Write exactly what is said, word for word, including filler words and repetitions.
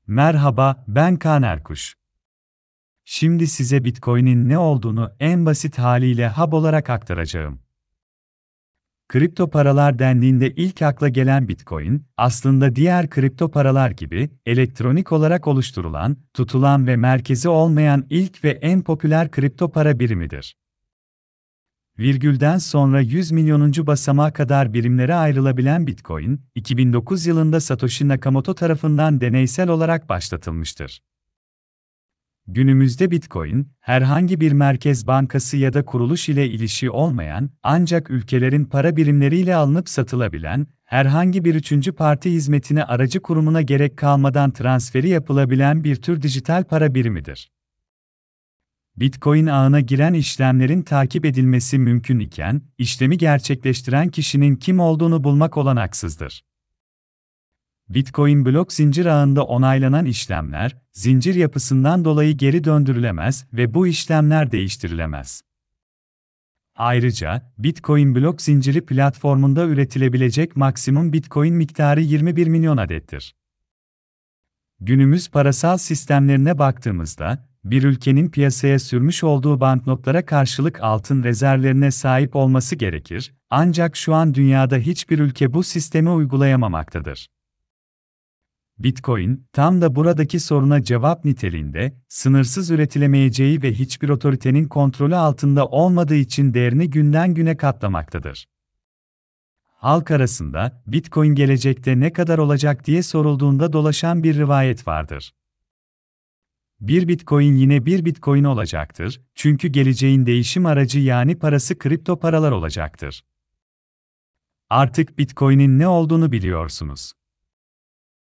Merhaba, ben Kaan Erkuş. Şimdi size Bitcoin'in ne olduğunu en basit haliyle hap olarak aktaracağım. Kripto paralar dendiğinde ilk akla gelen Bitcoin, aslında diğer kripto paralar gibi elektronik olarak oluşturulan, tutulan ve merkezi olmayan ilk ve en popüler kripto para birimidir. Virgülden sonra yüz milyonuncu basamağa kadar birimlere ayrılabilen Bitcoin, iki bin dokuz yılında Satoshi Nakamoto tarafından deneysel olarak başlatılmıştır. Günümüzde Bitcoin, herhangi bir merkez bankası ya da kuruluş ile ilişki olmayan, ancak ülkelerin para birimleriyle alınıp satılabilen, herhangi bir üçüncü parti hizmetine aracı kurumuna gerek kalmadan transferi yapılabilen bir tür dijital para birimidir. Bitcoin ağına giren işlemlerin takip edilmesi mümkün iken, işlemi gerçekleştiren kişinin kim olduğunu bulmak olanaksızdır. Bitcoin blok zincir ağında onaylanan işlemler, zincir yapısından dolayı geri döndürülemez ve bu işlemler değiştirilemez. Ayrıca, Bitcoin blok zinciri platformunda üretilebilecek maksimum Bitcoin miktarı yirmi bir milyon adettir. Günümüz parasal sistemlerine baktığımızda, bir ülkenin piyasaya sürmüş olduğu banknotlara karşılık altın rezervlerine sahip olması gerekir, ancak şu an dünyada hiçbir ülke bu sistemi uygulayamamaktadır. Bitcoin, tam da buradaki soruna cevap niteliğinde, sınırsız üretilemeyeceği ve hiçbir otoritenin kontrolü altında olmadığı için değerini günden güne katlamaktadır. Halk arasında, Bitcoin gelecekte ne kadar olacak diye sorulduğunda dolaşan bir rivayet vardır. Bir Bitcoin yine bir Bitcoin olacaktır, çünkü geleceğin değişim aracı yani parası kripto paralar olacaktır. Artık Bitcoin'in ne olduğunu biliyorsunuz.